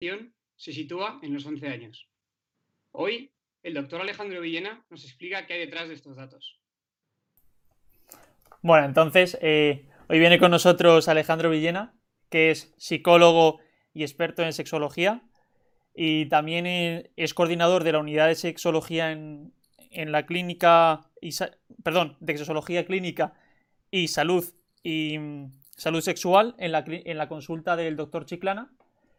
Se sitúa en los 11 años. Hoy, el doctor Alejandro Villena nos explica qué hay detrás de estos datos. Bueno, entonces, hoy viene con nosotros Alejandro Villena, que es psicólogo y experto en sexología, y también es coordinador de la unidad de sexología en la clínica, perdón, de sexología clínica y salud salud sexual en la consulta del doctor Chiclana.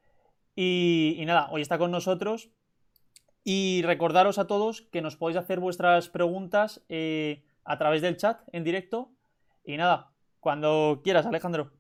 Y nada, hoy está con nosotros. Y recordaros a todos que nos podéis hacer vuestras preguntas a través del chat en directo. Y nada, cuando quieras, Alejandro.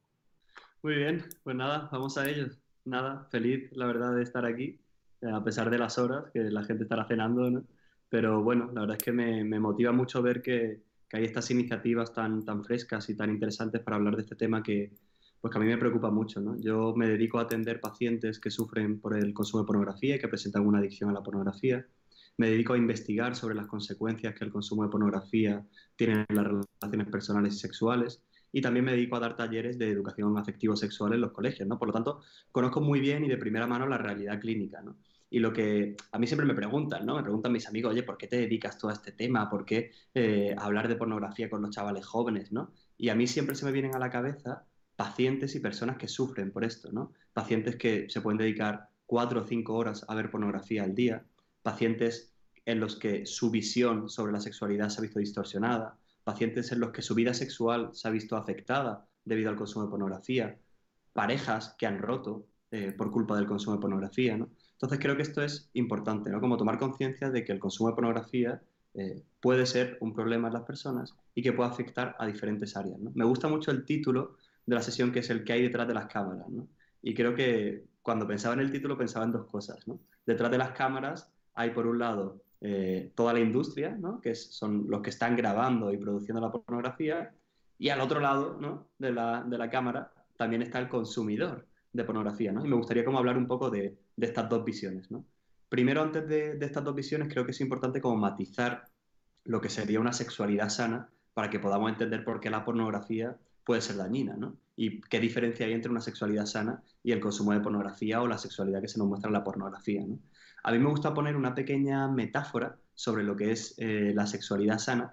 Muy bien, pues nada, vamos a ello. Nada, feliz, la verdad, de estar aquí, a pesar de las horas, que la gente estará cenando, ¿no? Pero bueno, la verdad es que me motiva mucho ver que hay estas iniciativas tan frescas y tan interesantes para hablar de este tema pues que a mí me preocupa mucho, ¿no? Yo me dedico a atender pacientes que sufren por el consumo de pornografía y que presentan una adicción a la pornografía. Me dedico a investigar sobre las consecuencias que el consumo de pornografía tiene en las relaciones personales y sexuales y también me dedico a dar talleres de educación afectivo-sexual en los colegios, ¿no? Por lo tanto, conozco muy bien y de primera mano la realidad clínica, ¿no? Y lo que a mí siempre me preguntan, ¿no? Me preguntan mis amigos, oye, ¿por qué te dedicas tú a este tema? ¿Por qué hablar de pornografía con los chavales jóvenes, ¿no? Y a mí siempre se me vienen a la cabeza pacientes y personas que sufren por esto, ¿no? Pacientes que se pueden dedicar 4 o 5 horas a ver pornografía al día, pacientes en los que su visión sobre la sexualidad se ha visto distorsionada, pacientes en los que su vida sexual se ha visto afectada debido al consumo de pornografía, parejas que han roto por culpa del consumo de pornografía, ¿no? Entonces creo que esto es importante, ¿no? Como tomar conciencia de que el consumo de pornografía puede ser un problema en las personas y que puede afectar a diferentes áreas, ¿no? Me gusta mucho el título de la sesión, que es el que hay detrás de las cámaras, ¿no? Y creo que cuando pensaba en el título pensaba en dos cosas, ¿no? Detrás de las cámaras hay, por un lado, toda la industria, ¿no? Que son los que están grabando y produciendo la pornografía, y al otro lado, ¿no? de la cámara también está el consumidor de pornografía, ¿no? Y me gustaría como hablar un poco de estas dos visiones, ¿no? Primero, antes de estas dos visiones, creo que es importante como matizar lo que sería una sexualidad sana para que podamos entender por qué la pornografía puede ser dañina, ¿no? Y qué diferencia hay entre una sexualidad sana y el consumo de pornografía o la sexualidad que se nos muestra en la pornografía, ¿no? A mí me gusta poner una pequeña metáfora sobre lo que es la sexualidad sana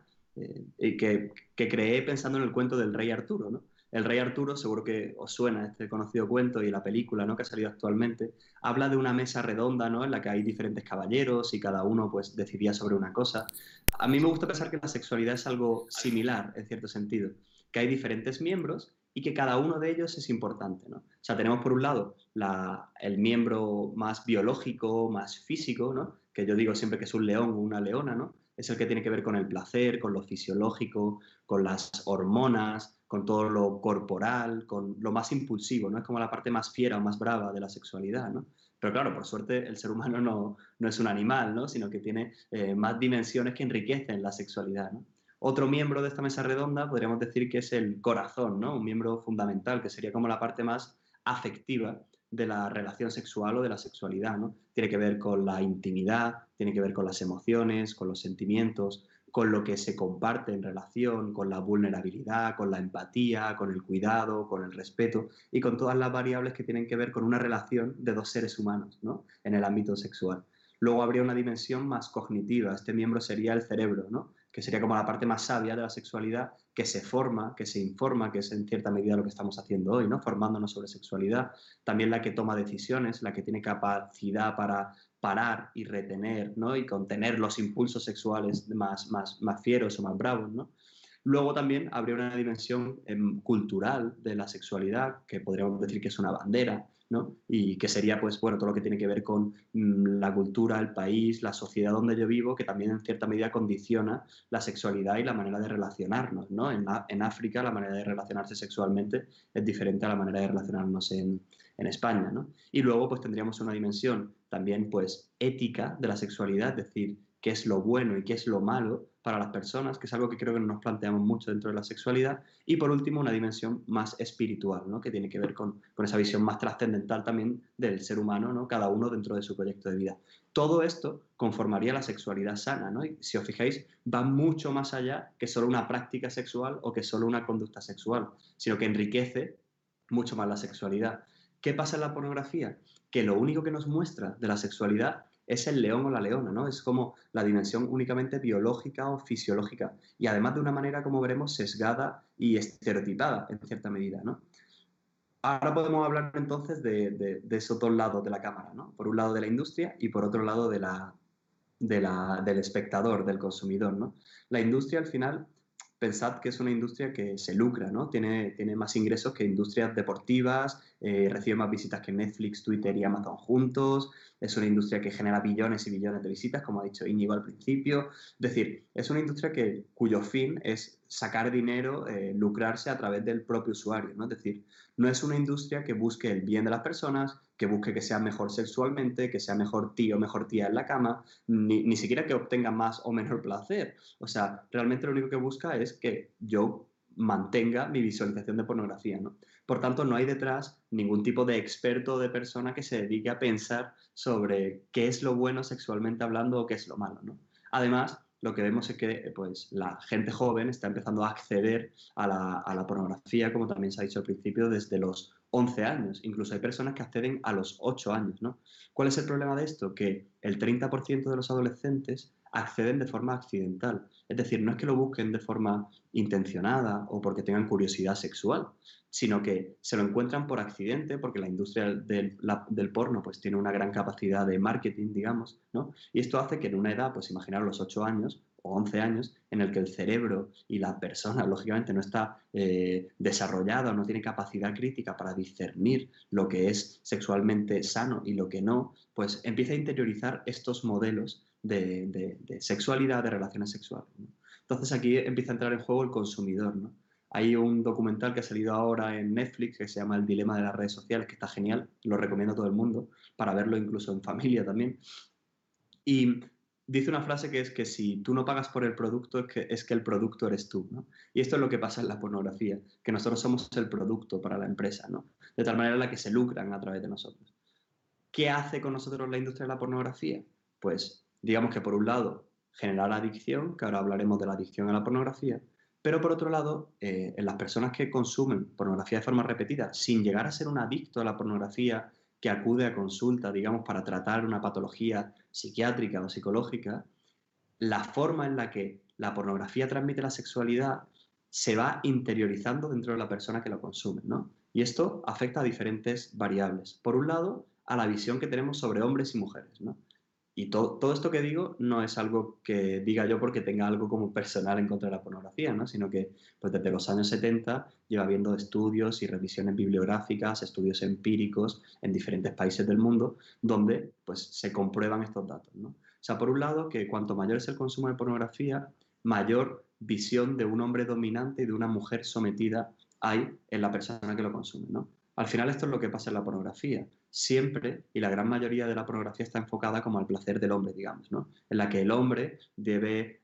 que creé pensando en el cuento del rey Arturo, ¿no? El rey Arturo, seguro que os suena este conocido cuento y la película, ¿no? que ha salido actualmente, habla de una mesa redonda, ¿no? en la que hay diferentes caballeros y cada uno pues decidía sobre una cosa. A mí me gusta pensar que la sexualidad es algo similar en cierto sentido, que hay diferentes miembros y que cada uno de ellos es importante, ¿no? O sea, tenemos por un lado el miembro más biológico, más físico, ¿no? Que yo digo siempre que es un león o una leona, ¿no? Es el que tiene que ver con el placer, con lo fisiológico, con las hormonas, con todo lo corporal, con lo más impulsivo, ¿no? Es como la parte más fiera o más brava de la sexualidad, ¿no? Pero claro, por suerte el ser humano no es un animal, ¿no? Sino que tiene más dimensiones que enriquecen la sexualidad, ¿no? Otro miembro de esta mesa redonda podríamos decir que es el corazón, ¿no? Un miembro fundamental, que sería como la parte más afectiva de la relación sexual o de la sexualidad, ¿no? Tiene que ver con la intimidad, tiene que ver con las emociones, con los sentimientos, con lo que se comparte en relación, con la vulnerabilidad, con la empatía, con el cuidado, con el respeto y con todas las variables que tienen que ver con una relación de dos seres humanos, ¿no? En el ámbito sexual. Luego habría una dimensión más cognitiva. Este miembro sería el cerebro, ¿no? Que sería como la parte más sabia de la sexualidad, que se forma, que se informa, que es en cierta medida lo que estamos haciendo hoy, ¿no? Formándonos sobre sexualidad. También la que toma decisiones, la que tiene capacidad para parar y retener, ¿no? Y contener los impulsos sexuales más fieros o más bravos, ¿no? Luego también habría una dimensión cultural de la sexualidad, que podríamos decir que es una bandera, ¿no? Y que sería, pues, bueno, todo lo que tiene que ver con la cultura, el país, la sociedad donde yo vivo, que también en cierta medida condiciona la sexualidad y la manera de relacionarnos, ¿no? En África la manera de relacionarse sexualmente es diferente a la manera de relacionarnos en España, ¿no? Y luego, pues, tendríamos una dimensión también, pues, ética de la sexualidad, es decir, qué es lo bueno y qué es lo malo para las personas, que es algo que creo que no nos planteamos mucho dentro de la sexualidad. Y por último, una dimensión más espiritual, ¿no? Que tiene que ver con esa visión más trascendental también del ser humano, ¿no? Cada uno dentro de su proyecto de vida. Todo esto conformaría la sexualidad sana, ¿no? Y si os fijáis, va mucho más allá que solo una práctica sexual o que solo una conducta sexual, sino que enriquece mucho más la sexualidad. ¿Qué pasa en la pornografía? que lo único que nos muestra de la sexualidad es el león o la leona, ¿no? Es como la dimensión únicamente biológica o fisiológica y además de una manera, como veremos, sesgada y estereotipada en cierta medida, ¿no? Ahora podemos hablar entonces de esos dos lados de la cámara, ¿no? Por un lado de la industria y por otro lado del espectador, del consumidor, ¿no? La industria al final, pensad que es una industria que se lucra, ¿no? Tiene más ingresos que industrias deportivas, recibe más visitas que Netflix, Twitter y Amazon juntos, es una industria que genera billones y billones de visitas, como ha dicho Íñigo al principio. Es decir, es una industria cuyo fin es sacar dinero, lucrarse a través del propio usuario, ¿no? Es decir, no es una industria que busque el bien de las personas, que busque que sea mejor sexualmente, que sea mejor tío o mejor tía en la cama, ni siquiera que obtenga más o menor placer. O sea, realmente lo único que busca es que yo mantenga mi visualización de pornografía, ¿no? Por tanto, no hay detrás ningún tipo de experto o de persona que se dedique a pensar sobre qué es lo bueno sexualmente hablando o qué es lo malo, ¿no? Además, lo que vemos es que pues, la gente joven está empezando a acceder a la pornografía, como también se ha dicho al principio, desde los 11 años. Incluso hay personas que acceden a los 8 años, ¿no? ¿Cuál es el problema de esto? Que el 30% de los adolescentes acceden de forma accidental. Es decir, no es que lo busquen de forma intencionada o porque tengan curiosidad sexual, sino que se lo encuentran por accidente, porque la industria del porno pues, tiene una gran capacidad de marketing, digamos, ¿no? Y esto hace que en una edad, pues imaginaros los 8 años o 11 años, en el que el cerebro y la persona, lógicamente, no está desarrollada o no tiene capacidad crítica para discernir lo que es sexualmente sano y lo que no, pues empieza a interiorizar estos modelos de sexualidad, de relaciones sexuales, ¿no? Entonces aquí empieza a entrar en juego el consumidor, ¿no? Hay un documental que ha salido ahora en Netflix que se llama El dilema de las redes sociales, que está genial, lo recomiendo a todo el mundo, para verlo incluso en familia también. Y dice una frase que es que si tú no pagas por el producto, es que el producto eres tú, ¿no? Y esto es lo que pasa en la pornografía, que nosotros somos el producto para la empresa, ¿no? De tal manera en la que se lucran a través de nosotros. ¿Qué hace con nosotros la industria de la pornografía? Pues digamos que por un lado generar adicción, que ahora hablaremos de la adicción a la pornografía, pero por otro lado, en las personas que consumen pornografía de forma repetida, sin llegar a ser un adicto a la pornografía que acude a consulta, digamos, para tratar una patología psiquiátrica o psicológica, la forma en la que la pornografía transmite la sexualidad se va interiorizando dentro de la persona que lo consume, ¿no? Y esto afecta a diferentes variables. Por un lado, a la visión que tenemos sobre hombres y mujeres, ¿no? Y todo esto que digo no es algo que diga yo porque tenga algo como personal en contra de la pornografía, ¿no? Sino que pues desde los años 70 lleva habiendo estudios y revisiones bibliográficas, estudios empíricos en diferentes países del mundo, donde pues, se comprueban estos datos, ¿no? O sea, por un lado, que cuanto mayor es el consumo de pornografía, mayor visión de un hombre dominante y de una mujer sometida hay en la persona que lo consume, ¿no? Al final esto es lo que pasa en la pornografía. Siempre, y la gran mayoría de la pornografía está enfocada como al placer del hombre, digamos, ¿no? En la que el hombre debe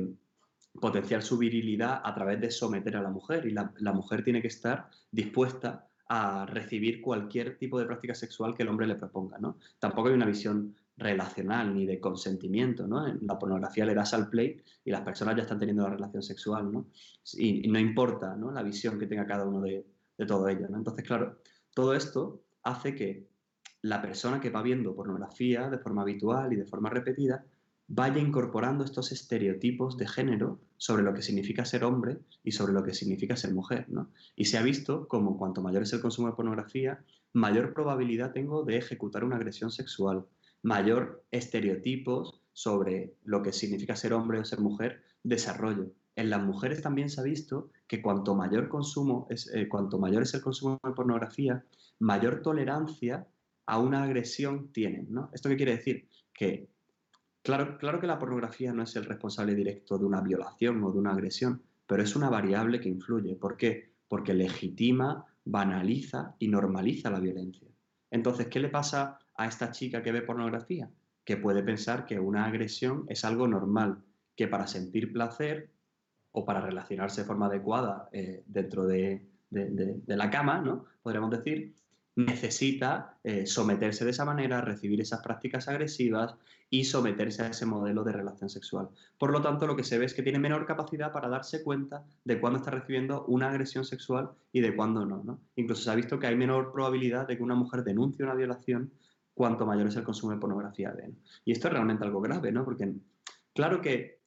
potenciar su virilidad a través de someter a la mujer y la mujer tiene que estar dispuesta a recibir cualquier tipo de práctica sexual que el hombre le proponga, ¿no? Tampoco hay una visión relacional ni de consentimiento, ¿no? En la pornografía le das al play y las personas ya están teniendo la relación sexual, ¿no? Y no importa, ¿no? La visión que tenga cada uno de todo ello, ¿no? Entonces, claro, todo esto hace que la persona que va viendo pornografía de forma habitual y de forma repetida vaya incorporando estos estereotipos de género sobre lo que significa ser hombre y sobre lo que significa ser mujer, ¿no? Y se ha visto como cuanto mayor es el consumo de pornografía, mayor probabilidad tengo de ejecutar una agresión sexual, mayor estereotipos sobre lo que significa ser hombre o ser mujer desarrollo. En las mujeres también se ha visto que cuanto mayor es el consumo de pornografía, mayor tolerancia a una agresión tienen, ¿no? ¿Esto qué quiere decir? Que claro que la pornografía no es el responsable directo de una violación o de una agresión, pero es una variable que influye. ¿Por qué? Porque legitima, banaliza y normaliza la violencia. Entonces, ¿qué le pasa a esta chica que ve pornografía? Que puede pensar que una agresión es algo normal, que para sentir placer o para relacionarse de forma adecuada dentro de la cama, ¿no? Podríamos decir, necesita someterse de esa manera, recibir esas prácticas agresivas y someterse a ese modelo de relación sexual. Por lo tanto, lo que se ve es que tiene menor capacidad para darse cuenta de cuándo está recibiendo una agresión sexual y de cuándo no, ¿no? Incluso se ha visto que hay menor probabilidad de que una mujer denuncie una violación cuanto mayor es el consumo de pornografía ve, ¿no? Y esto es realmente algo grave, ¿no? Porque claro que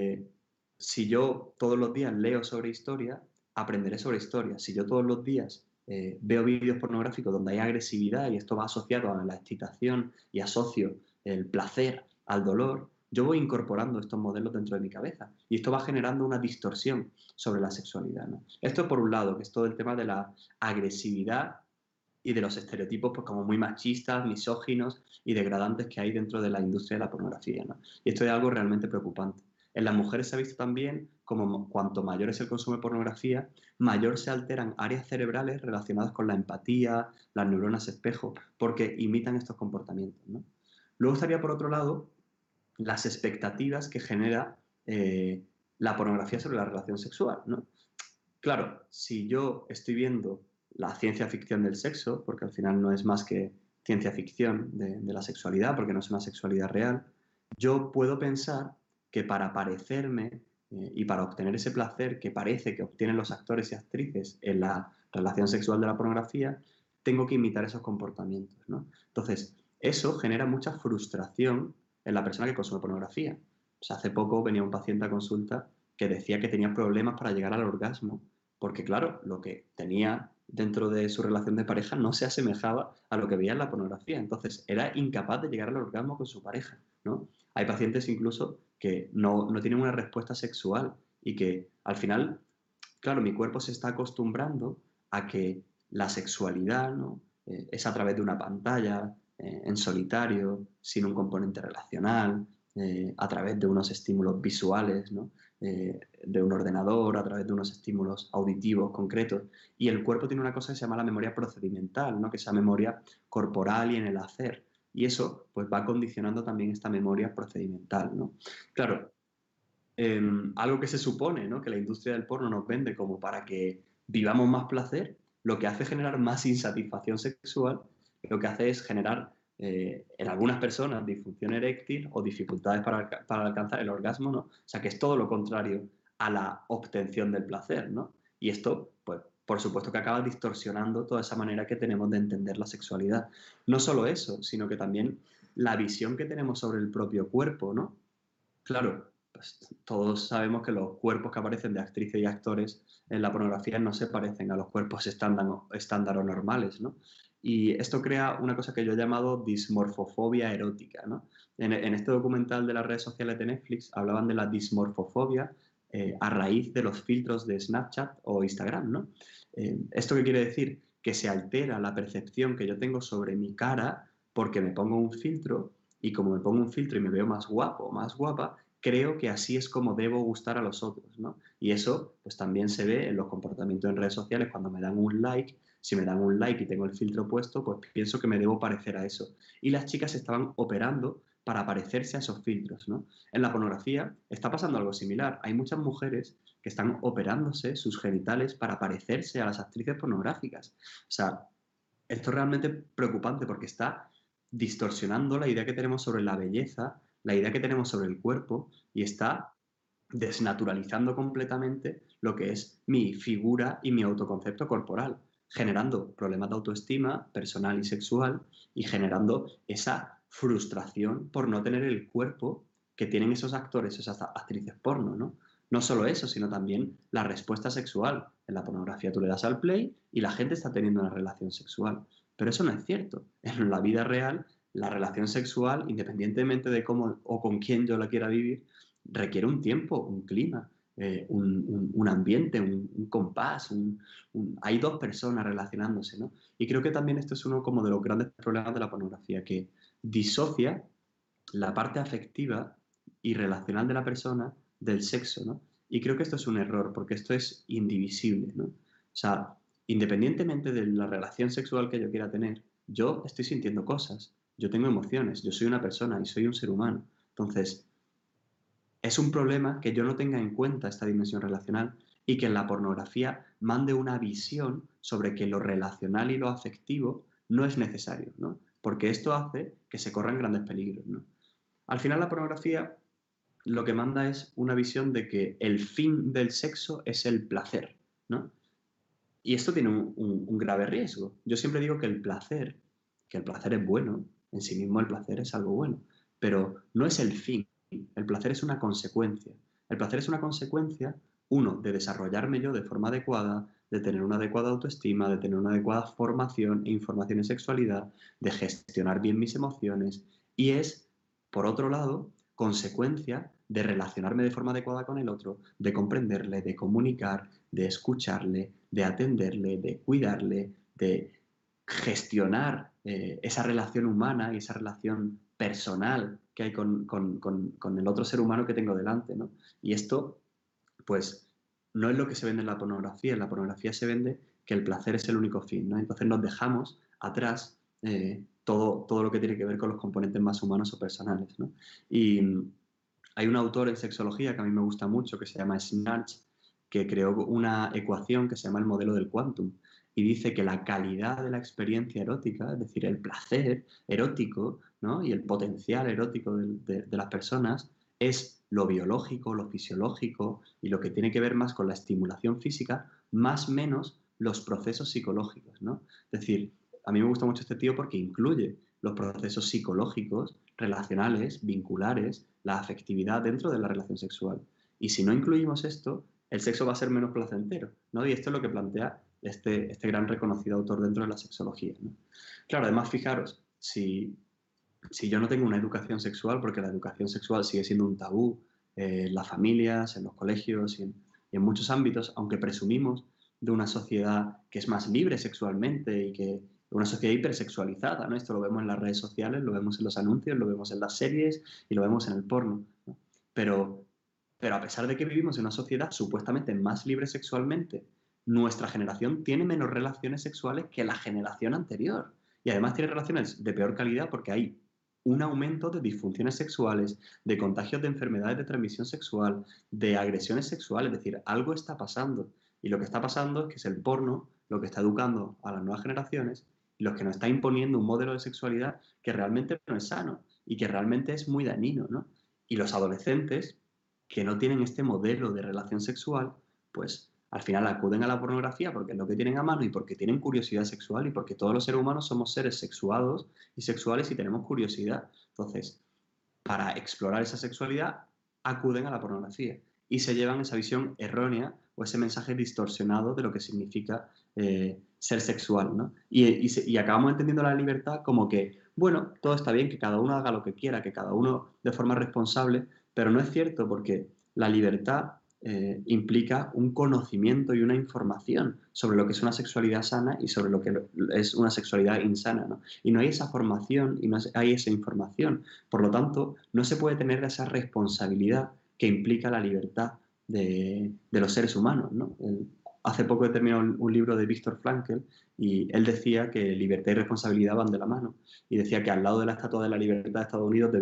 si yo todos los días leo sobre historia, aprenderé sobre historia. Si yo todos los días veo vídeos pornográficos donde hay agresividad y esto va asociado a la excitación y asocio el placer al dolor, yo voy incorporando estos modelos dentro de mi cabeza y esto va generando una distorsión sobre la sexualidad, ¿no? Esto por un lado, que es todo el tema de la agresividad y de los estereotipos pues, como muy machistas, misóginos y degradantes que hay dentro de la industria de la pornografía, ¿no? Y esto es algo realmente preocupante. En las mujeres se ha visto también como cuanto mayor es el consumo de pornografía, mayor se alteran áreas cerebrales relacionadas con la empatía, las neuronas espejo, porque imitan estos comportamientos, ¿no? Luego estaría, por otro lado, las expectativas que genera la pornografía sobre la relación sexual, ¿no? Claro, si yo estoy viendo la ciencia ficción del sexo, porque al final no es más que ciencia ficción de la sexualidad, porque no es una sexualidad real, yo puedo pensar que para parecerme y para obtener ese placer que parece que obtienen los actores y actrices en la relación sexual de la pornografía, tengo que imitar esos comportamientos, ¿no? Entonces, eso genera mucha frustración en la persona que consume pornografía. O sea, hace poco venía un paciente a consulta que decía que tenía problemas para llegar al orgasmo, porque claro, lo que tenía dentro de su relación de pareja no se asemejaba a lo que veía en la pornografía. Entonces, era incapaz de llegar al orgasmo con su pareja, ¿no? Hay pacientes incluso que no tienen una respuesta sexual y que al final, claro, mi cuerpo se está acostumbrando a que la sexualidad, ¿no? Es a través de una pantalla, en solitario, sin un componente relacional, a través de unos estímulos visuales, ¿no? De un ordenador, a través de unos estímulos auditivos concretos. Y el cuerpo tiene una cosa que se llama la memoria procedimental, ¿no? Que es la memoria corporal y en el hacer. Y eso pues, va condicionando también esta memoria procedimental, ¿no? Claro, algo que se supone, ¿no? Que la industria del porno nos vende como para que vivamos más placer, lo que hace es generar más insatisfacción sexual, lo que hace es generar en algunas personas disfunción eréctil o dificultades para alcanzar el orgasmo, ¿no? O sea que es todo lo contrario a la obtención del placer, ¿no? Y esto, pues, por supuesto que acaba distorsionando toda esa manera que tenemos de entender la sexualidad. No solo eso, sino que también la visión que tenemos sobre el propio cuerpo, ¿no? Claro, pues todos sabemos que los cuerpos que aparecen de actrices y actores en la pornografía no se parecen a los cuerpos estándar o normales, ¿no? Y esto crea una cosa que yo he llamado dismorfofobia erótica, ¿no? En este documental de las redes sociales de Netflix hablaban de la dismorfofobia a raíz de los filtros de Snapchat o Instagram, ¿no? ¿Esto qué quiere decir? Que se altera la percepción que yo tengo sobre mi cara porque me pongo un filtro y como me pongo un filtro y me veo más guapo o más guapa, creo que así es como debo gustar a los otros, ¿no? Y eso pues también se ve en los comportamientos en redes sociales cuando me dan un like. Si me dan un like y tengo el filtro puesto, pues pienso que me debo parecer a eso. Y las chicas estaban operando para parecerse a esos filtros, ¿no? En la pornografía está pasando algo similar. Hay muchas mujeres que están operándose sus genitales para parecerse a las actrices pornográficas. O sea, esto es realmente preocupante porque está distorsionando la idea que tenemos sobre la belleza, la idea que tenemos sobre el cuerpo y está desnaturalizando completamente lo que es mi figura y mi autoconcepto corporal, generando problemas de autoestima personal y sexual y generando esa frustración por no tener el cuerpo que tienen esos actores, esas actrices porno, ¿no? No solo eso, sino también la respuesta sexual. En la pornografía tú le das al play y la gente está teniendo una relación sexual. Pero eso no es cierto. En la vida real, la relación sexual, independientemente de cómo o con quién yo la quiera vivir, requiere un tiempo, un clima, un ambiente, un compás. Hay dos personas relacionándose, ¿no? Y creo que también esto es uno como de los grandes problemas de la pornografía, que disocia la parte afectiva y relacional de la persona del sexo, ¿no? Y creo que esto es un error, porque esto es indivisible, ¿no? O sea, independientemente de la relación sexual que yo quiera tener, yo estoy sintiendo cosas, yo tengo emociones, yo soy una persona y soy un ser humano. Entonces, es un problema que yo no tenga en cuenta esta dimensión relacional y que en la pornografía mande una visión sobre que lo relacional y lo afectivo no es necesario, ¿no? Porque esto hace que se corran grandes peligros, ¿no? Al final la pornografía lo que manda es una visión de que el fin del sexo es el placer, ¿no? Y esto tiene un grave riesgo. Yo siempre digo que el placer es bueno, En sí mismo el placer es algo bueno, pero no es el fin. El placer es una consecuencia. El placer es una consecuencia, uno, de desarrollarme yo de forma adecuada, de tener una adecuada autoestima, de tener una adecuada formación e información en sexualidad, de gestionar bien mis emociones, y es, por otro lado, consecuencia de relacionarme de forma adecuada con el otro, de comprenderle, de comunicar, de escucharle, de atenderle, de cuidarle, de gestionar esa relación humana y esa relación personal que hay con el otro ser humano que tengo delante, ¿no? Y esto, pues, no es lo que se vende en la pornografía. En la pornografía se vende que el placer es el único fin, ¿no? Entonces nos dejamos atrás todo lo que tiene que ver con los componentes más humanos o personales, ¿no? Y hay un autor en sexología que a mí me gusta mucho, que se llama Snarch, que creó una ecuación que se llama el modelo del quantum, y dice que la calidad de la experiencia erótica, es decir, el placer erótico, ¿no? Y el potencial erótico de las personas, es lo biológico, lo fisiológico y lo que tiene que ver más con la estimulación física, más menos los procesos psicológicos, ¿no? Es decir, a mí me gusta mucho este tío porque incluye los procesos psicológicos, relacionales, vinculares, la afectividad dentro de la relación sexual. Y si no incluimos esto, el sexo va a ser menos placentero, ¿no? Y esto es lo que plantea este gran reconocido autor dentro de la sexología, ¿no? Claro, además, fijaros, si yo no tengo una educación sexual, porque la educación sexual sigue siendo un tabú en las familias, en los colegios y en muchos ámbitos, aunque presumimos de una sociedad que es más libre sexualmente y que una sociedad hipersexualizada, ¿no? Esto lo vemos en las redes sociales, lo vemos en los anuncios, lo vemos en las series y lo vemos en el porno, ¿no? Pero, pero a pesar de que vivimos en una sociedad supuestamente más libre sexualmente, nuestra generación tiene menos relaciones sexuales que la generación anterior. Y además tiene relaciones de peor calidad porque hay un aumento de disfunciones sexuales, de contagios de enfermedades de transmisión sexual, de agresiones sexuales. Es decir, algo está pasando. Y lo que está pasando es que es el porno lo que está educando a las nuevas generaciones y lo que nos está imponiendo un modelo de sexualidad que realmente no es sano y que realmente es muy dañino, ¿no? Y los adolescentes que no tienen este modelo de relación sexual, pues al final acuden a la pornografía porque es lo que tienen a mano y porque tienen curiosidad sexual y porque todos los seres humanos somos seres sexuados y sexuales y tenemos curiosidad. Entonces, para explorar esa sexualidad, acuden a la pornografía y se llevan esa visión errónea o ese mensaje distorsionado de lo que significa ser sexual, ¿no? Y acabamos entendiendo la libertad como que, bueno, todo está bien, que cada uno haga lo que quiera, que cada uno de forma responsable, pero no es cierto porque la libertad implica un conocimiento y una información sobre lo que es una sexualidad sana y sobre lo que es una sexualidad insana, ¿no? Y no hay esa formación y no hay esa información. Por lo tanto, no se puede tener esa responsabilidad que implica la libertad de los seres humanos, ¿no? Hace poco he terminado un libro de Viktor Frankl y él decía que libertad y responsabilidad van de la mano. Y decía que al lado de la Estatua de la Libertad de Estados Unidos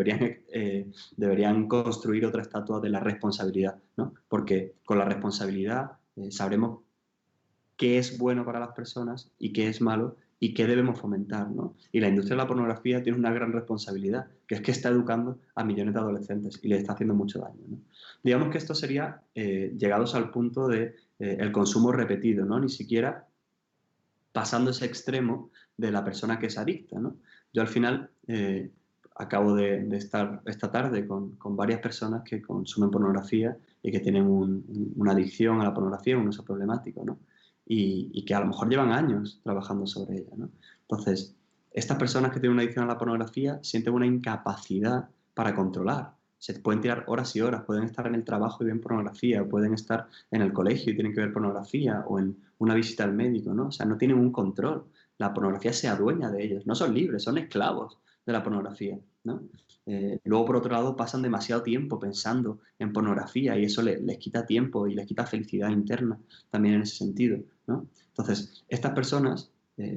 deberían construir otra estatua de la responsabilidad, ¿no? Porque con la responsabilidad sabremos qué es bueno para las personas y qué es malo y qué debemos fomentar, ¿no? Y la industria de la pornografía tiene una gran responsabilidad, que es que está educando a millones de adolescentes y les está haciendo mucho daño, ¿no? Digamos que esto sería llegados al punto de el consumo repetido, ¿no? Ni siquiera pasando ese extremo de la persona que es adicta, ¿no? Yo al final acabo de estar esta tarde con varias personas que consumen pornografía y que tienen una adicción a la pornografía, un uso problemático, ¿no? Y que a lo mejor llevan años trabajando sobre ella, ¿no? Entonces, estas personas que tienen una adicción a la pornografía sienten una incapacidad para controlar. Se pueden tirar horas y horas, pueden estar en el trabajo y ven pornografía, pueden estar en el colegio y tienen que ver pornografía, o en una visita al médico, ¿no? O sea, no tienen un control. La pornografía se adueña de ellos. No son libres, son esclavos de la pornografía, ¿no? Luego, por otro lado, pasan demasiado tiempo pensando en pornografía y eso les quita tiempo y les quita felicidad interna también en ese sentido, ¿no? Entonces, estas personas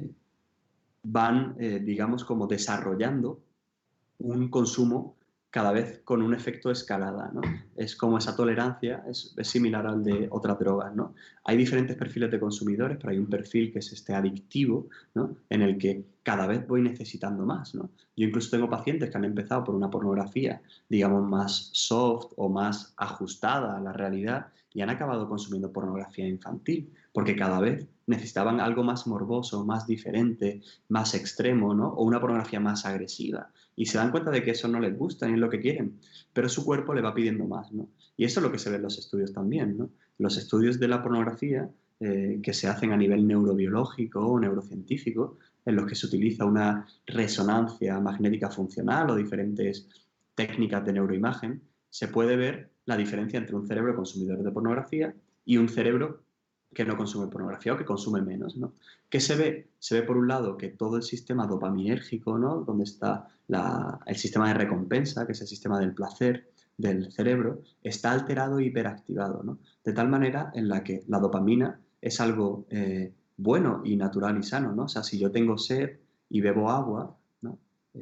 van, digamos, como desarrollando un consumo cada vez con un efecto escalada, ¿no? Es como esa tolerancia, es similar al de otras drogas, ¿no? Hay diferentes perfiles de consumidores, pero hay un perfil que es este adictivo, ¿no? En el que cada vez voy necesitando más, ¿no? Yo incluso tengo pacientes que han empezado por una pornografía, digamos, más soft o más ajustada a la realidad y han acabado consumiendo pornografía infantil, porque cada vez necesitaban algo más morboso, más diferente, más extremo, ¿no? O una pornografía más agresiva. Y se dan cuenta de que eso no les gusta ni es lo que quieren, pero su cuerpo le va pidiendo más, ¿no? Y eso es lo que se ve en los estudios también, ¿no? Los estudios de la pornografía que se hacen a nivel neurobiológico o neurocientífico, en los que se utiliza una resonancia magnética funcional o diferentes técnicas de neuroimagen, se puede ver la diferencia entre un cerebro consumidor de pornografía y un cerebro que no consume pornografía o que consume menos, ¿no? ¿Qué se ve? Se ve por un lado que todo el sistema dopaminérgico, ¿no? Donde está el sistema de recompensa, que es el sistema del placer del cerebro, está alterado e hiperactivado, ¿no? De tal manera en la que la dopamina es algo bueno y natural y sano, ¿no? O sea, si yo tengo sed y bebo agua, ¿no?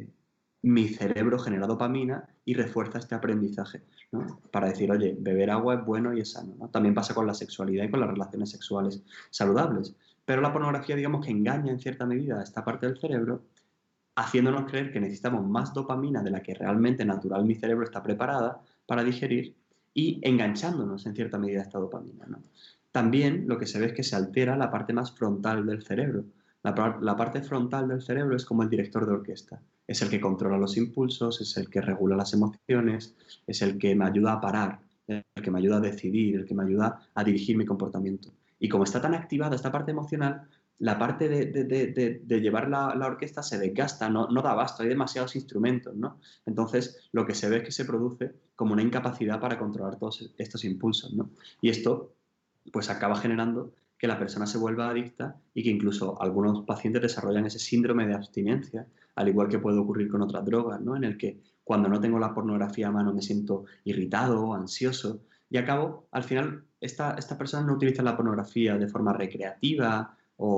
Mi cerebro genera dopamina y refuerza este aprendizaje, ¿no? Para decir, oye, beber agua es bueno y es sano, ¿no? También pasa con la sexualidad y con las relaciones sexuales saludables. Pero la pornografía, digamos que engaña en cierta medida a esta parte del cerebro, haciéndonos creer que necesitamos más dopamina de la que realmente natural mi cerebro está preparada para digerir y enganchándonos en cierta medida a esta dopamina, ¿no? También lo que se ve es que se altera la parte más frontal del cerebro. La parte frontal del cerebro es como el director de orquesta. Es el que controla los impulsos, es el que regula las emociones, es el que me ayuda a parar, el que me ayuda a decidir, el que me ayuda a dirigir mi comportamiento. Y como está tan activada esta parte emocional, la parte de llevar la orquesta se desgasta, no da abasto, hay demasiados instrumentos, ¿no? Entonces, lo que se ve es que se produce como una incapacidad para controlar todos estos impulsos, ¿no? Y esto, pues, acaba generando que la persona se vuelva adicta y que incluso algunos pacientes desarrollan ese síndrome de abstinencia, al igual que puede ocurrir con otras drogas, ¿no? En el que cuando no tengo la pornografía a mano me siento irritado, ansioso, y acabo, al final, estas personas no utilizan la pornografía de forma recreativa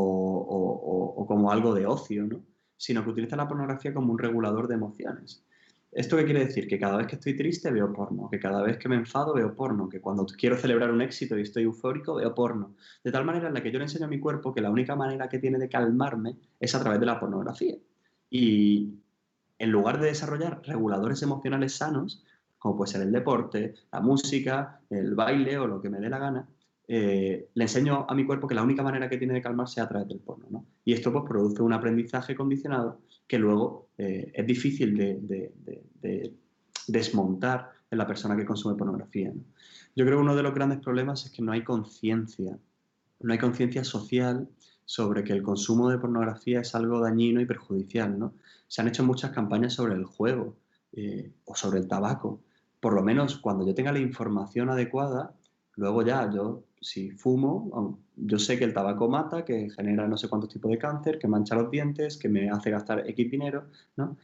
o como algo de ocio, ¿no? Sino que utilizan la pornografía como un regulador de emociones. ¿Esto qué quiere decir? Que cada vez que estoy triste veo porno, que cada vez que me enfado veo porno, que cuando quiero celebrar un éxito y estoy eufórico veo porno. De tal manera en la que yo le enseño a mi cuerpo que la única manera que tiene de calmarme es a través de la pornografía. Y en lugar de desarrollar reguladores emocionales sanos, como puede ser el deporte, la música, el baile o lo que me dé la gana, le enseño a mi cuerpo que la única manera que tiene de calmarse es a través del porno, ¿no? Y esto pues produce un aprendizaje condicionado que luego es difícil de desmontar en la persona que consume pornografía, ¿no? Yo creo que uno de los grandes problemas es que no hay conciencia social sobre que el consumo de pornografía es algo dañino y perjudicial, ¿no? Se han hecho muchas campañas sobre el juego o sobre el tabaco. Por lo menos cuando yo tenga la información adecuada, luego ya yo, si fumo, yo sé que el tabaco mata, que genera no sé cuántos tipos de cáncer, que mancha los dientes, que me hace gastar X dinero, ¿no?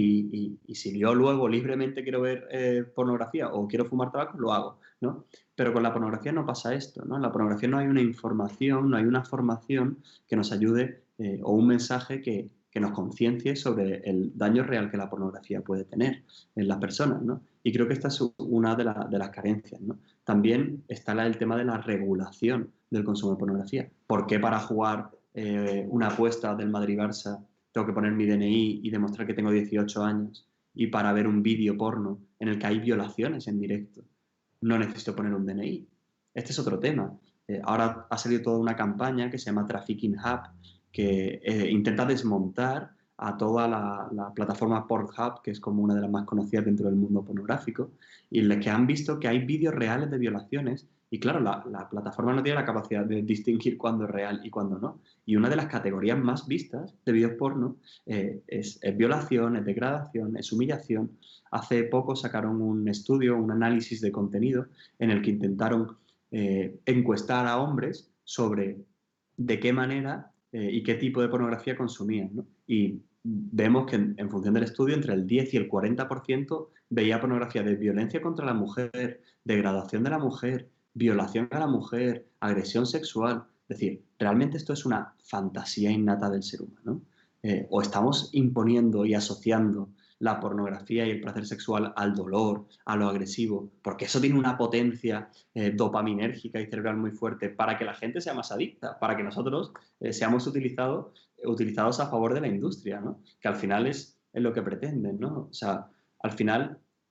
Y si yo luego libremente quiero ver pornografía o quiero fumar tabaco, lo hago, ¿no? Pero con la pornografía no pasa esto, ¿no? En la pornografía no hay una información, no hay una formación que nos ayude o un mensaje que nos conciencie sobre el daño real que la pornografía puede tener en las personas, ¿no? Y creo que esta es una de las carencias, ¿no? También está el tema de la regulación del consumo de pornografía. ¿Por qué para jugar una apuesta del Madrid-Barça tengo que poner mi DNI y demostrar que tengo 18 años? Y para ver un vídeo porno en el que hay violaciones en directo no necesito poner un DNI. Este es otro tema. Ahora ha salido toda una campaña que se llama Trafficking Hub, que intenta desmontar a toda la plataforma Pornhub, que es como una de las más conocidas dentro del mundo pornográfico, y en la que han visto que hay vídeos reales de violaciones, y claro, la plataforma no tiene la capacidad de distinguir cuándo es real y cuándo no. Y una de las categorías más vistas de vídeos porno es violación, es degradación, es humillación. Hace poco sacaron un estudio, un análisis de contenido, en el que intentaron encuestar a hombres sobre de qué manera y qué tipo de pornografía consumían, ¿no? Y vemos que en función del estudio, entre el 10 y el 40% veía pornografía de violencia contra la mujer, degradación de la mujer, violación a la mujer, agresión sexual. Es decir, realmente esto es una fantasía innata del ser humano. O estamos imponiendo y asociando la pornografía y el placer sexual al dolor, a lo agresivo, porque eso tiene una potencia dopaminérgica y cerebral muy fuerte para que la gente sea más adicta, para que nosotros seamos utilizados a favor de la industria, ¿no? Que al final es lo que pretenden, ¿no? O sea, al final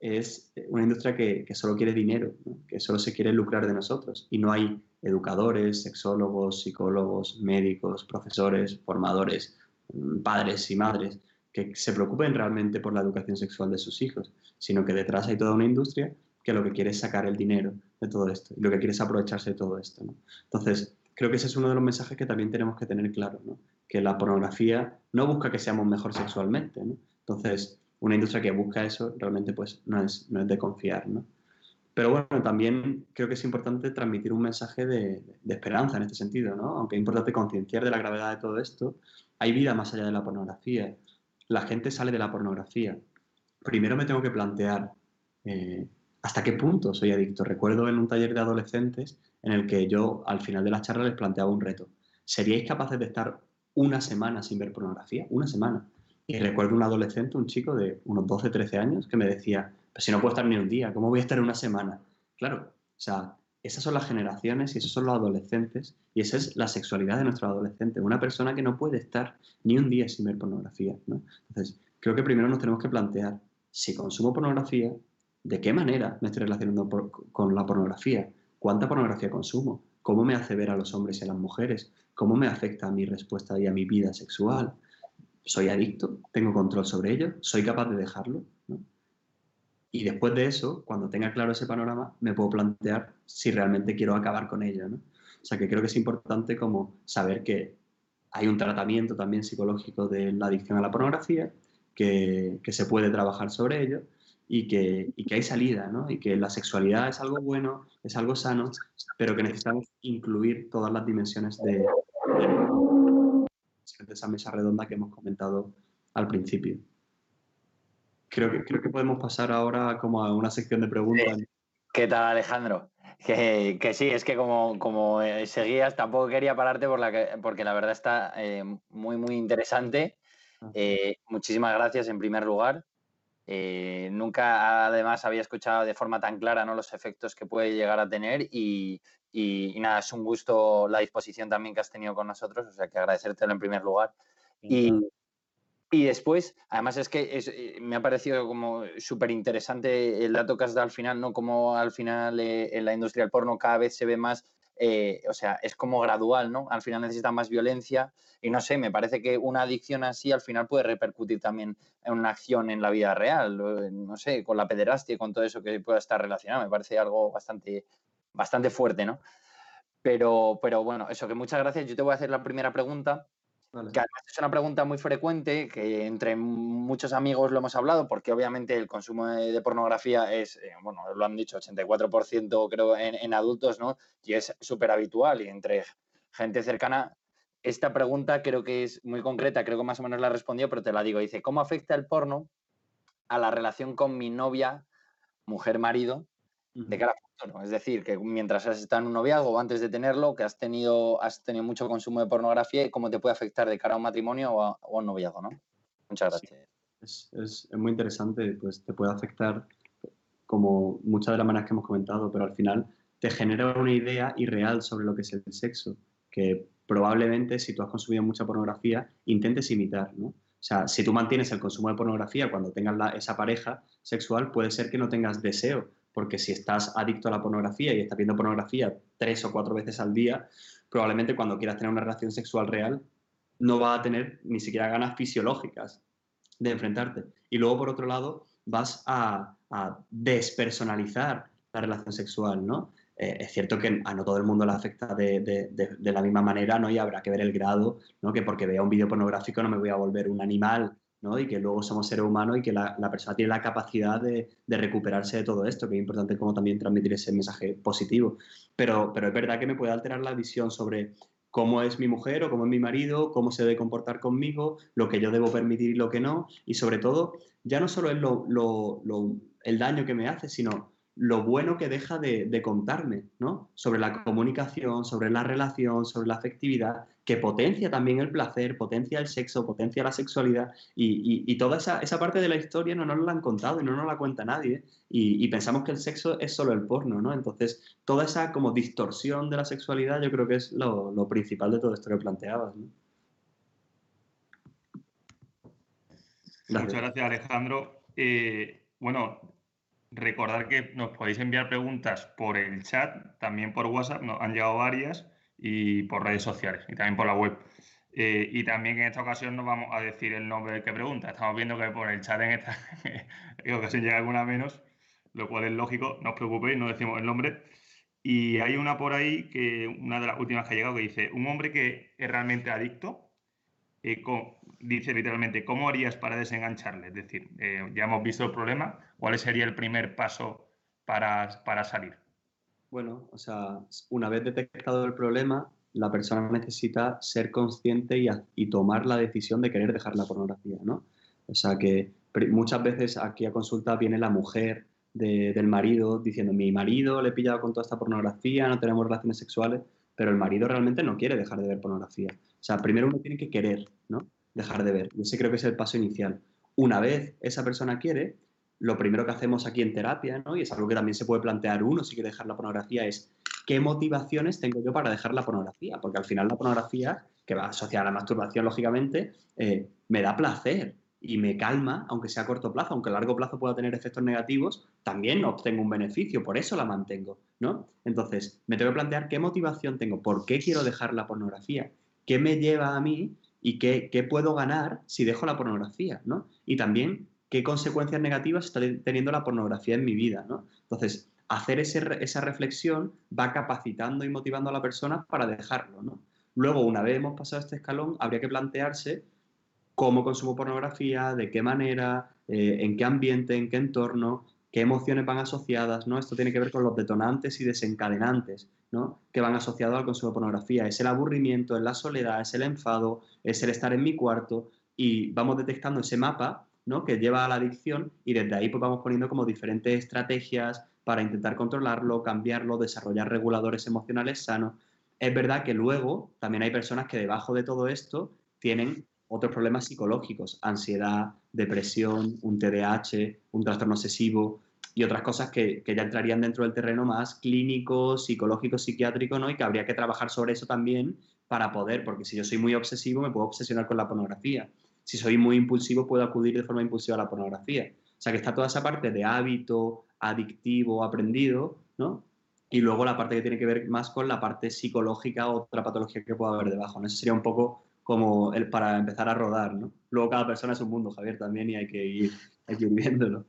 es una industria que solo quiere dinero, ¿no? Que solo se quiere lucrar de nosotros. Y no hay educadores, sexólogos, psicólogos, médicos, profesores, formadores, padres y madres que se preocupen realmente por la educación sexual de sus hijos, sino que detrás hay toda una industria que lo que quiere es sacar el dinero de todo esto y lo que quiere es aprovecharse de todo esto, ¿no? Entonces, creo que ese es uno de los mensajes que también tenemos que tener claro, ¿no? Que la pornografía no busca que seamos mejor sexualmente, ¿no? Entonces, una industria que busca eso realmente pues no es de confiar, ¿no? Pero bueno, también creo que es importante transmitir un mensaje de esperanza en este sentido, ¿no? Aunque es importante concienciar de la gravedad de todo esto, hay vida más allá de la pornografía. La gente sale de la pornografía. Primero me tengo que plantear hasta qué punto soy adicto. Recuerdo en un taller de adolescentes en el que yo al final de la charla les planteaba un reto. ¿Seríais capaces de estar una semana sin ver pornografía? Una semana. Y recuerdo un adolescente, un chico de unos 12, 13 años, que me decía, pues si no puedo estar ni un día, ¿cómo voy a estar una semana? Claro, o sea, esas son las generaciones y esos son los adolescentes y esa es la sexualidad de nuestros adolescentes. Una persona que no puede estar ni un día sin ver pornografía, ¿no? Entonces, creo que primero nos tenemos que plantear, si consumo pornografía, ¿de qué manera me estoy relacionando con la pornografía? ¿Cuánta pornografía consumo? ¿Cómo me hace ver a los hombres y a las mujeres? ¿Cómo me afecta a mi respuesta y a mi vida sexual? ¿Soy adicto? ¿Tengo control sobre ello? ¿Soy capaz de dejarlo? ¿No? Y después de eso, cuando tenga claro ese panorama, me puedo plantear si realmente quiero acabar con ello, ¿no? O sea, que creo que es importante como saber que hay un tratamiento también psicológico de la adicción a la pornografía, que se puede trabajar sobre ello y que hay salida, ¿no? Y que la sexualidad es algo bueno, es algo sano, pero que necesitamos incluir todas las dimensiones de esa mesa redonda que hemos comentado al principio. Creo que podemos pasar ahora como a una sección de preguntas. ¿Qué tal, Alejandro? Que sí, es que como seguías, tampoco quería pararte porque la verdad está muy, muy interesante. Muchísimas gracias en primer lugar. Nunca además había escuchado de forma tan clara, ¿no?, los efectos que puede llegar a tener y nada, es un gusto la disposición también que has tenido con nosotros, o sea que agradecértelo en primer lugar. Y después, además es que me ha parecido como súper interesante el dato que has dado al final, ¿no? Como al final en la industria del porno cada vez se ve más, o sea, es como gradual, ¿no? Al final necesita más violencia y no sé, me parece que una adicción así al final puede repercutir también en una acción en la vida real, no sé, con la pederastia y con todo eso que pueda estar relacionado. Me parece algo bastante, bastante fuerte, ¿no? Pero bueno, eso, que muchas gracias. Yo te voy a hacer la primera pregunta. Vale. Que además es una pregunta muy frecuente, que entre muchos amigos lo hemos hablado, porque obviamente el consumo de pornografía es, bueno, lo han dicho, 84% creo en adultos, ¿no? Y es súper habitual y entre gente cercana. Esta pregunta creo que es muy concreta, creo que más o menos la respondió, pero te la digo. Dice, ¿cómo afecta el porno a la relación con mi novia, mujer-marido, de cara a futuro? Es decir, que mientras has estado en un noviazgo o antes de tenerlo, que has tenido mucho consumo de pornografía y cómo te puede afectar de cara a un matrimonio o a un noviazgo, ¿no? Muchas gracias. Sí, es muy interesante, pues te puede afectar como muchas de las maneras que hemos comentado, pero al final te genera una idea irreal sobre lo que es el sexo, que probablemente si tú has consumido mucha pornografía, intentes imitar, ¿no? O sea, si tú mantienes el consumo de pornografía cuando tengas esa pareja sexual, puede ser que no tengas deseo, porque si estás adicto a la pornografía y estás viendo pornografía 3 o 4 veces al día, probablemente cuando quieras tener una relación sexual real, no vas a tener ni siquiera ganas fisiológicas de enfrentarte. Y luego, por otro lado, vas a despersonalizar la relación sexual, ¿no? Es cierto que a no todo el mundo le afecta de la misma manera, ¿no? Y habrá que ver el grado, ¿no? Que porque vea un vídeo pornográfico no me voy a volver un animal, ¿no? Y que luego somos seres humanos y que la persona tiene la capacidad de recuperarse de todo esto, que es importante como también transmitir ese mensaje positivo. Pero es verdad que me puede alterar la visión sobre cómo es mi mujer o cómo es mi marido, cómo se debe comportar conmigo, lo que yo debo permitir y lo que no, y sobre todo, ya no solo es el daño que me hace, sino lo bueno que deja de contarme, ¿no? Sobre la comunicación, sobre la relación, sobre la afectividad, que potencia también el placer, potencia el sexo, potencia la sexualidad, y toda esa parte de la historia no nos la han contado y no nos la cuenta nadie, y pensamos que el sexo es solo el porno, ¿no? Entonces, toda esa como distorsión de la sexualidad yo creo que es lo principal de todo esto que planteabas, ¿no? Muchas gracias, Alejandro. Bueno, recordar que nos podéis enviar preguntas por el chat, también por WhatsApp, nos han llegado varias, y por redes sociales, y también por la web. Y también en esta ocasión no vamos a decir el nombre del que pregunta. Estamos viendo que por el chat en esta ocasión llega alguna menos, lo cual es lógico, no os preocupéis, no decimos el nombre. Y hay una por ahí, que una de las últimas que ha llegado, que dice: un hombre que es realmente adicto, dice literalmente, ¿cómo harías para desengancharle? Es decir, ya hemos visto el problema, ¿cuál sería el primer paso para salir? Bueno, o sea, una vez detectado el problema, la persona necesita ser consciente y tomar la decisión de querer dejar la pornografía, ¿no? O sea que muchas veces aquí a consulta viene la mujer del marido diciendo: mi marido le he pillado con toda esta pornografía, no tenemos relaciones sexuales, pero el marido realmente no quiere dejar de ver pornografía. O sea, primero uno tiene que querer, ¿no? Dejar de ver. Y ese creo que es el paso inicial. Una vez esa persona quiere, lo primero que hacemos aquí en terapia, ¿no? Y es algo que también se puede plantear uno si quiere dejar la pornografía, es qué motivaciones tengo yo para dejar la pornografía, porque al final la pornografía, que va asociada a la masturbación, lógicamente, me da placer y me calma, aunque sea a corto plazo, aunque a largo plazo pueda tener efectos negativos, también obtengo un beneficio, por eso la mantengo, ¿no? Entonces, me tengo que plantear qué motivación tengo, por qué quiero dejar la pornografía, qué me lleva a mí y qué puedo ganar si dejo la pornografía, ¿no? Y también qué consecuencias negativas está teniendo la pornografía en mi vida, ¿no? Entonces, hacer esa reflexión va capacitando y motivando a la persona para dejarlo, ¿no? Luego, una vez hemos pasado este escalón, habría que plantearse cómo consumo pornografía, de qué manera, en qué ambiente, en qué entorno, qué emociones van asociadas, ¿no? Esto tiene que ver con los detonantes y desencadenantes, ¿no? Que van asociados al consumo de pornografía. Es el aburrimiento, es la soledad, es el enfado, es el estar en mi cuarto, y vamos detectando ese mapa, ¿no? Que lleva a la adicción, y desde ahí pues vamos poniendo como diferentes estrategias para intentar controlarlo, cambiarlo, desarrollar reguladores emocionales sanos. Es verdad que luego también hay personas que debajo de todo esto tienen otros problemas psicológicos: ansiedad, depresión, un TDAH, un trastorno obsesivo y otras cosas que ya entrarían dentro del terreno más clínico, psicológico, psiquiátrico, ¿no? Y que habría que trabajar sobre eso también para poder, porque si yo soy muy obsesivo me puedo obsesionar con la pornografía. Si soy muy impulsivo puedo acudir de forma impulsiva a la pornografía. O sea que está toda esa parte de hábito, adictivo, aprendido, ¿no? Y luego la parte que tiene que ver más con la parte psicológica o otra patología que pueda haber debajo, ¿no? Eso sería un poco como para empezar a rodar, ¿no? Luego cada persona es un mundo, Javier, también, y hay que ir viéndolo.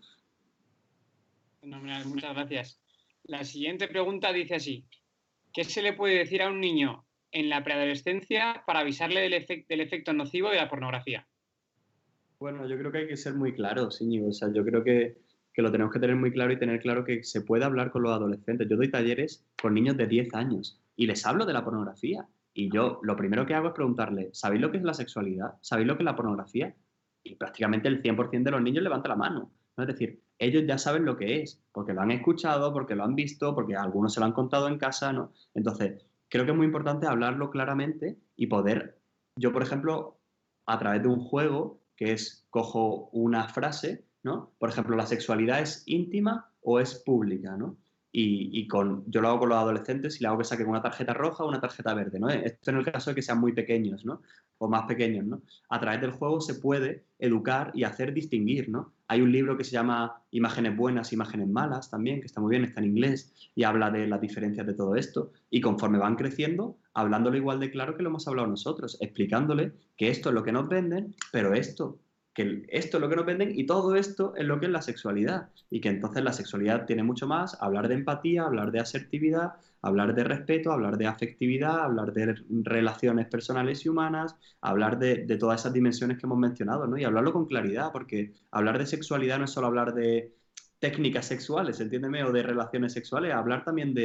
Fenomenal, muchas gracias. La siguiente pregunta dice así: ¿qué se le puede decir a un niño en la preadolescencia para avisarle del efecto nocivo de la pornografía? Bueno, yo creo que hay que ser muy claros, Íñigo. O sea, yo creo que lo tenemos que tener muy claro y tener claro que se puede hablar con los adolescentes. Yo doy talleres con niños de 10 años y les hablo de la pornografía. Y yo lo primero que hago es preguntarles: ¿sabéis lo que es la sexualidad? ¿Sabéis lo que es la pornografía? Y prácticamente el 100% de los niños levanta la mano, ¿no? Es decir, ellos ya saben lo que es, porque lo han escuchado, porque lo han visto, porque algunos se lo han contado en casa, ¿no? Entonces, creo que es muy importante hablarlo claramente y poder, yo por ejemplo, a través de un juego, que es, cojo una frase, ¿no? Por ejemplo, ¿la sexualidad es íntima o es pública, ¿no? Yo lo hago con los adolescentes y le hago que saquen una tarjeta roja o una tarjeta verde, ¿no? Esto en el caso de que sean muy pequeños, ¿no? O más pequeños, ¿no? A través del juego se puede educar y hacer distinguir, ¿no? Hay un libro que se llama Imágenes buenas, imágenes malas también, que está muy bien, está en inglés, y habla de las diferencias de todo esto. Y conforme van creciendo, hablándolo igual de claro que lo hemos hablado nosotros, explicándole que esto es lo que nos venden, pero esto es lo que nos venden, y todo esto es lo que es la sexualidad, y que entonces la sexualidad tiene mucho más: hablar de empatía, hablar de asertividad, hablar de respeto, hablar de afectividad, hablar de relaciones personales y humanas, hablar de todas esas dimensiones que hemos mencionado, ¿no? Y hablarlo con claridad, porque hablar de sexualidad no es solo hablar de técnicas sexuales, entiéndeme, o de relaciones sexuales, hablar también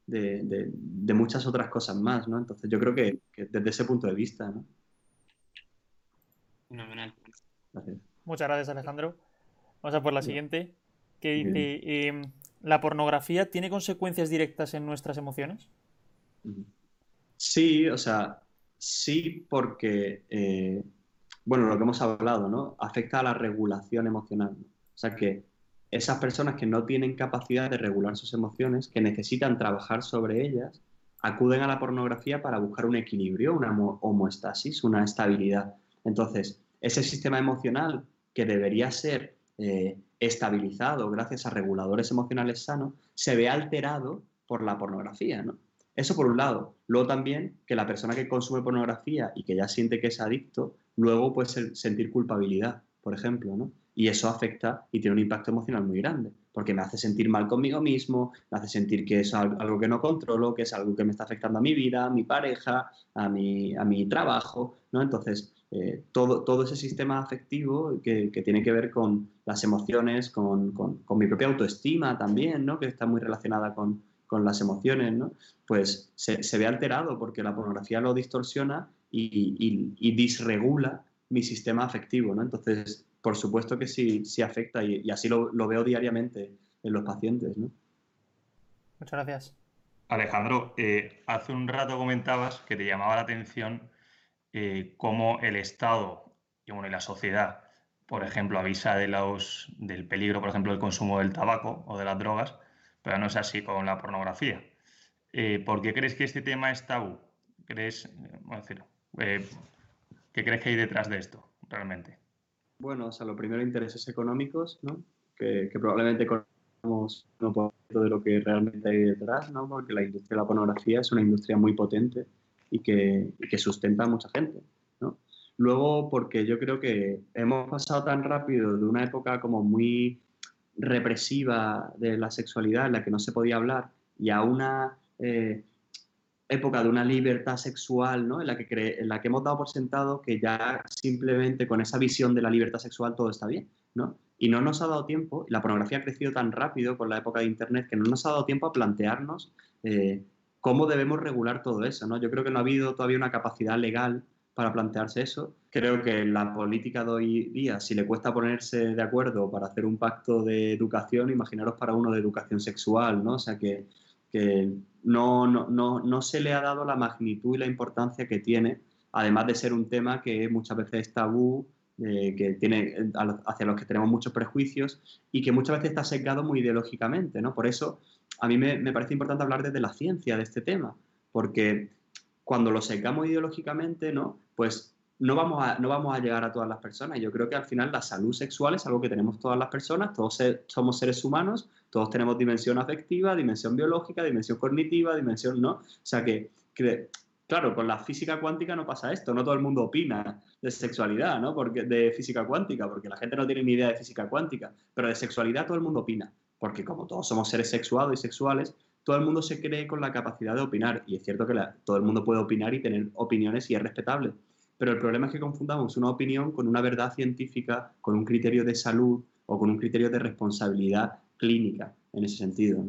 de muchas otras cosas más, ¿no? Entonces yo creo que desde ese punto de vista, ¿no? Fenomenal. Gracias. Muchas gracias, Alejandro. Vamos a por la Ya. siguiente, que Bien. dice: ¿la pornografía tiene consecuencias directas en nuestras emociones? Sí, o sea, sí, porque, bueno, lo que hemos hablado, ¿no? Afecta a la regulación emocional, ¿no? O sea, que esas personas que no tienen capacidad de regular sus emociones, que necesitan trabajar sobre ellas, acuden a la pornografía para buscar un equilibrio, una homeostasis, una estabilidad. Entonces, ese sistema emocional que debería ser estabilizado gracias a reguladores emocionales sanos, se ve alterado por la pornografía, ¿no? Eso por un lado. Luego también que la persona que consume pornografía y que ya siente que es adicto, luego puede sentir culpabilidad, por ejemplo, ¿no? Y eso afecta y tiene un impacto emocional muy grande, porque me hace sentir mal conmigo mismo, me hace sentir que es algo que no controlo, que es algo que me está afectando a mi vida, a mi pareja, a mi trabajo, ¿no? Entonces, todo ese sistema afectivo que tiene que ver con las emociones, con mi propia autoestima también, ¿no? Que está muy relacionada con las emociones, ¿no? Pues se ve alterado porque la pornografía lo distorsiona y disregula mi sistema afectivo, ¿no? Entonces, por supuesto que sí afecta y así lo veo diariamente en los pacientes, ¿no? Muchas gracias. Alejandro, hace un rato comentabas que te llamaba la atención cómo el Estado y, bueno, y la sociedad, por ejemplo, avisa del peligro, por ejemplo, del consumo del tabaco o de las drogas, pero no es así con la pornografía. ¿Por qué crees que este tema es tabú? Eh, ¿Qué crees que hay detrás de esto realmente? Bueno, o sea, lo primero, intereses económicos, ¿no? Que probablemente conozcamos un poco de lo que realmente hay detrás, ¿no? Porque la industria de la pornografía es una industria muy potente y que sustenta a mucha gente, ¿no? Luego, porque yo creo que hemos pasado tan rápido de una época como muy represiva de la sexualidad en la que no se podía hablar y a una época de una libertad sexual, ¿no? En la que hemos dado por sentado que ya simplemente con esa visión de la libertad sexual todo está bien, ¿no? Y no nos ha dado tiempo, la pornografía ha crecido tan rápido con la época de Internet que no nos ha dado tiempo a plantearnos cómo debemos regular todo eso, ¿no? Yo creo que no ha habido todavía una capacidad legal para plantearse eso. Creo que la política de hoy día, si le cuesta ponerse de acuerdo para hacer un pacto de educación, imaginaros para uno de educación sexual, ¿no? O sea que no se le ha dado la magnitud y la importancia que tiene, además de ser un tema que muchas veces es tabú, que tiene, hacia los que tenemos muchos prejuicios y que muchas veces está sesgado muy ideológicamente, ¿no? Por eso a mí me parece importante hablar desde la ciencia de este tema, porque cuando lo sesgamos ideológicamente, ¿no? Pues no vamos a llegar a todas las personas. Yo creo que al final la salud sexual es algo que tenemos todas las personas, todos somos seres humanos, todos tenemos dimensión afectiva, dimensión biológica, dimensión cognitiva, dimensión, ¿no? O sea que claro, con la física cuántica no pasa esto, no todo el mundo opina de sexualidad, ¿no? De física cuántica, porque la gente no tiene ni idea de física cuántica, pero de sexualidad todo el mundo opina, porque como todos somos seres sexuados y sexuales, todo el mundo se cree con la capacidad de opinar, y es cierto que todo el mundo puede opinar y tener opiniones y es respetable, pero el problema es que confundamos una opinión con una verdad científica, con un criterio de salud o con un criterio de responsabilidad clínica, en ese sentido,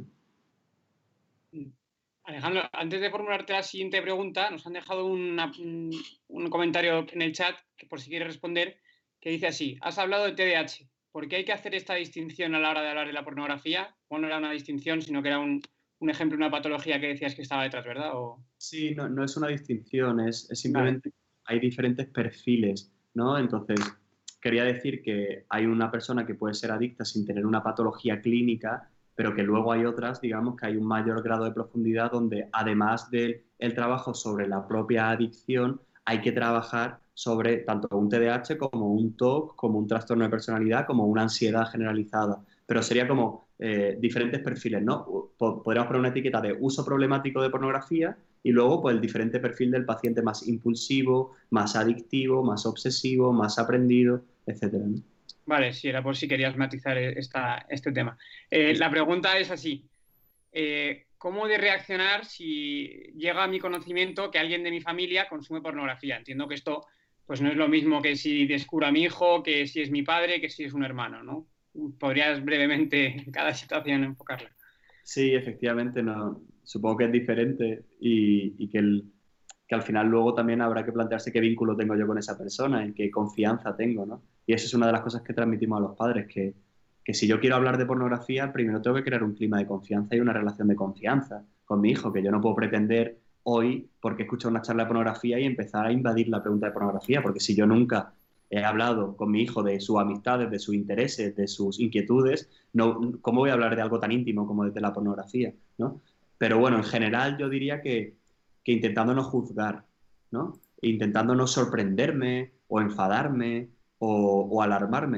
¿no? Alejandro, antes de formularte la siguiente pregunta, nos han dejado un comentario en el chat, que por si quieres responder, que dice así: has hablado de TDAH, ¿por qué hay que hacer esta distinción a la hora de hablar de la pornografía? O no era una distinción, sino que era un ejemplo, una patología que decías que estaba detrás, ¿verdad? Sí, no es una distinción, es simplemente hay diferentes perfiles, ¿no? Entonces, quería decir que hay una persona que puede ser adicta sin tener una patología clínica, pero que luego hay otras, digamos, que hay un mayor grado de profundidad donde además del trabajo sobre la propia adicción, hay que trabajar sobre tanto un TDAH como un TOC, como un trastorno de personalidad, como una ansiedad generalizada. Pero sería como diferentes perfiles, ¿no? Podríamos poner una etiqueta de uso problemático de pornografía y luego pues el diferente perfil del paciente más impulsivo, más adictivo, más obsesivo, más aprendido, etcétera, ¿no? Vale, sí, era por si querías matizar este tema. La pregunta es así: ¿cómo de reaccionar si llega a mi conocimiento que alguien de mi familia consume pornografía? Entiendo que esto pues no es lo mismo que si descubro a mi hijo, que si es mi padre, que si es un hermano, ¿no? ¿Podrías brevemente en cada situación enfocarla? Sí, efectivamente, no, supongo que es diferente y que al final luego también habrá que plantearse qué vínculo tengo yo con esa persona, en qué confianza tengo, ¿no? Y eso es una de las cosas que transmitimos a los padres, que si yo quiero hablar de pornografía, primero tengo que crear un clima de confianza y una relación de confianza con mi hijo, que yo no puedo pretender hoy, porque he escuchado una charla de pornografía y empezar a invadir la pregunta de pornografía, porque si yo nunca he hablado con mi hijo de sus amistades, de sus intereses, de sus inquietudes, no, ¿cómo voy a hablar de algo tan íntimo como de la pornografía, ¿no? Pero bueno, en general yo diría que intentando no juzgar, ¿no? Intentando no sorprenderme o enfadarme o alarmarme, ¿no?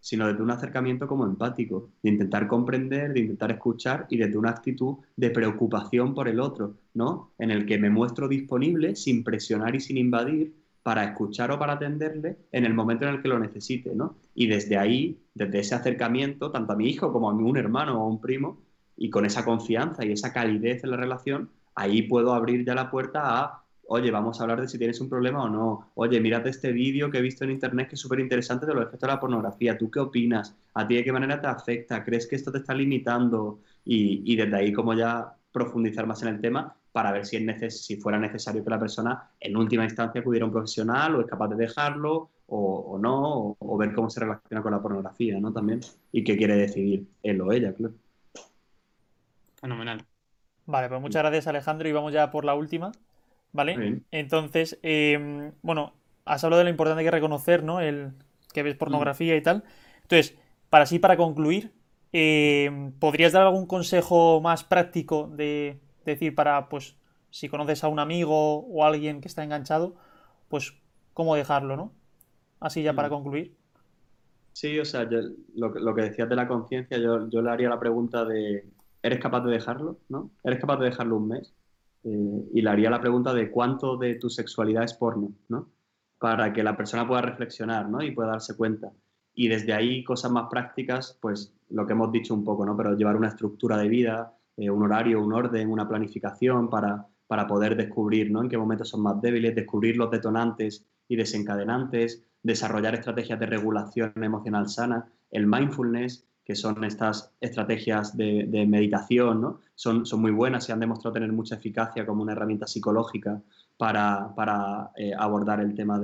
sino desde un acercamiento como empático, de intentar comprender, de intentar escuchar y desde una actitud de preocupación por el otro, ¿no? En el que me muestro disponible sin presionar y sin invadir para escuchar o para atenderle en el momento en el que lo necesite, ¿no? Y desde ahí, desde ese acercamiento, tanto a mi hijo como a un hermano o a un primo, y con esa confianza y esa calidez en la relación, ahí puedo abrir ya la puerta a, oye, vamos a hablar de si tienes un problema o no. Oye, mírate este vídeo que he visto en internet que es súper interesante de los efectos de la pornografía. ¿Tú qué opinas? ¿A ti de qué manera te afecta? ¿Crees que esto te está limitando? Y desde ahí como ya profundizar más en el tema para ver si fuera necesario que la persona en última instancia acudiera a un profesional o es capaz de dejarlo o no, o ver cómo se relaciona con la pornografía, ¿no? También. Y qué quiere decidir él o ella, claro. Fenomenal. Vale, pues muchas gracias, Alejandro, y vamos ya por la última, ¿vale? Muy bien. Entonces, bueno, has hablado de lo importante que es reconocer, ¿no? El que ves pornografía y tal. Entonces, para concluir, ¿podrías dar algún consejo más práctico de decir para, pues, si conoces a un amigo o a alguien que está enganchado, pues, cómo dejarlo, ¿no? Así ya para concluir. Sí, o sea, lo que decías de la conciencia, yo le haría la pregunta de, ¿eres capaz de dejarlo? ¿No? ¿Eres capaz de dejarlo un mes? Y le haría la pregunta de cuánto de tu sexualidad es porno, ¿no? Para que la persona pueda reflexionar, ¿no? Y pueda darse cuenta. Y desde ahí, cosas más prácticas, pues lo que hemos dicho un poco, ¿no? Pero llevar una estructura de vida, un horario, un orden, una planificación para poder descubrir, ¿no? En qué momentos son más débiles, descubrir los detonantes y desencadenantes, desarrollar estrategias de regulación emocional sana, el mindfulness, que son estas estrategias de meditación, ¿no? Son muy buenas y han demostrado tener mucha eficacia como una herramienta psicológica para abordar el tema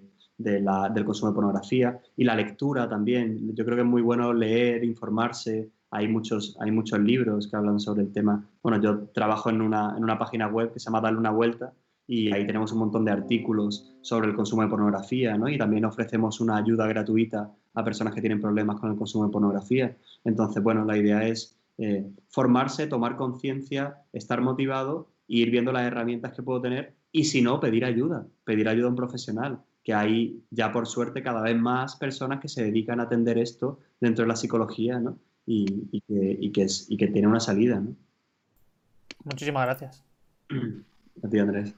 del consumo de pornografía. Y la lectura también. Yo creo que es muy bueno leer, informarse. Hay muchos libros que hablan sobre el tema. Bueno, yo trabajo en una página web que se llama Darle una Vuelta, y ahí tenemos un montón de artículos sobre el consumo de pornografía, ¿no? Y también ofrecemos una ayuda gratuita a personas que tienen problemas con el consumo de pornografía. Entonces, bueno, la idea es formarse, tomar conciencia, estar motivado e ir viendo las herramientas que puedo tener y, si no, pedir ayuda a un profesional, que hay ya por suerte cada vez más personas que se dedican a atender esto dentro de la psicología, ¿no? Y que tiene una salida, ¿no? Muchísimas gracias. A ti, Andrés.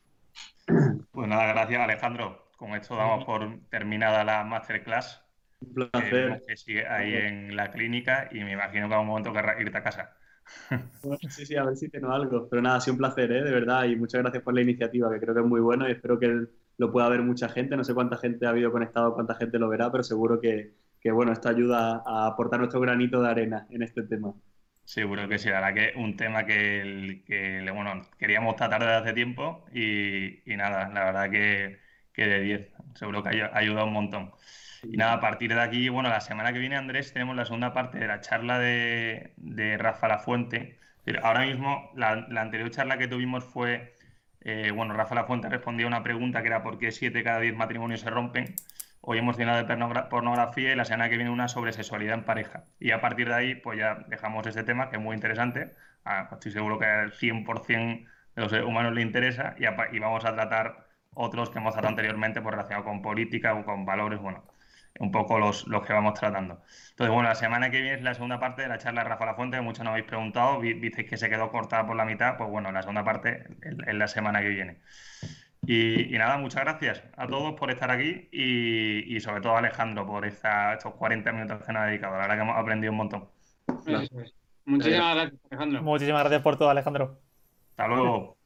Pues nada, gracias, Alejandro. Con esto damos por terminada la masterclass. Un Vemos placer. que sigue ahí en la clínica y me imagino que a un momento querrás irte a casa. Sí, a ver si tengo algo. Pero nada, ha sido un placer, de verdad. Y muchas gracias por la iniciativa, que creo que es muy bueno y espero que lo pueda ver mucha gente. No sé cuánta gente ha habido conectado, cuánta gente lo verá, pero seguro que bueno, esto ayuda a aportar nuestro granito de arena en este tema. Seguro que sí, la verdad que es un tema bueno, queríamos tratar desde hace tiempo y nada, la verdad que de 10, seguro que ha ayudado un montón. Y nada, a partir de aquí, bueno, la semana que viene, Andrés, tenemos la segunda parte de la charla de Rafa Lafuente. Ahora mismo, la anterior charla que tuvimos fue, bueno, Rafa Lafuente respondía a una pregunta que era ¿por qué 7 cada 10 matrimonios se rompen? Hoy hemos tenido de pornografía y la semana que viene una sobre sexualidad en pareja. Y a partir de ahí, pues ya dejamos este tema, que es muy interesante. Estoy seguro que al 100% de los seres humanos le interesa y vamos a tratar otros que hemos tratado anteriormente, pues relacionados con política o con valores, bueno, un poco los que vamos tratando. Entonces, bueno, la semana que viene es la segunda parte de la charla de Rafa Lafuente, que muchos nos habéis preguntado, visteis que se quedó cortada por la mitad, pues bueno, la segunda parte es la semana que viene. Y nada, muchas gracias a todos por estar aquí y sobre todo a Alejandro por estos 40 minutos que nos ha dedicado. La verdad que hemos aprendido un montón. Eso es. Muchísimas gracias, Alejandro. Muchísimas gracias por todo, Alejandro. Hasta luego.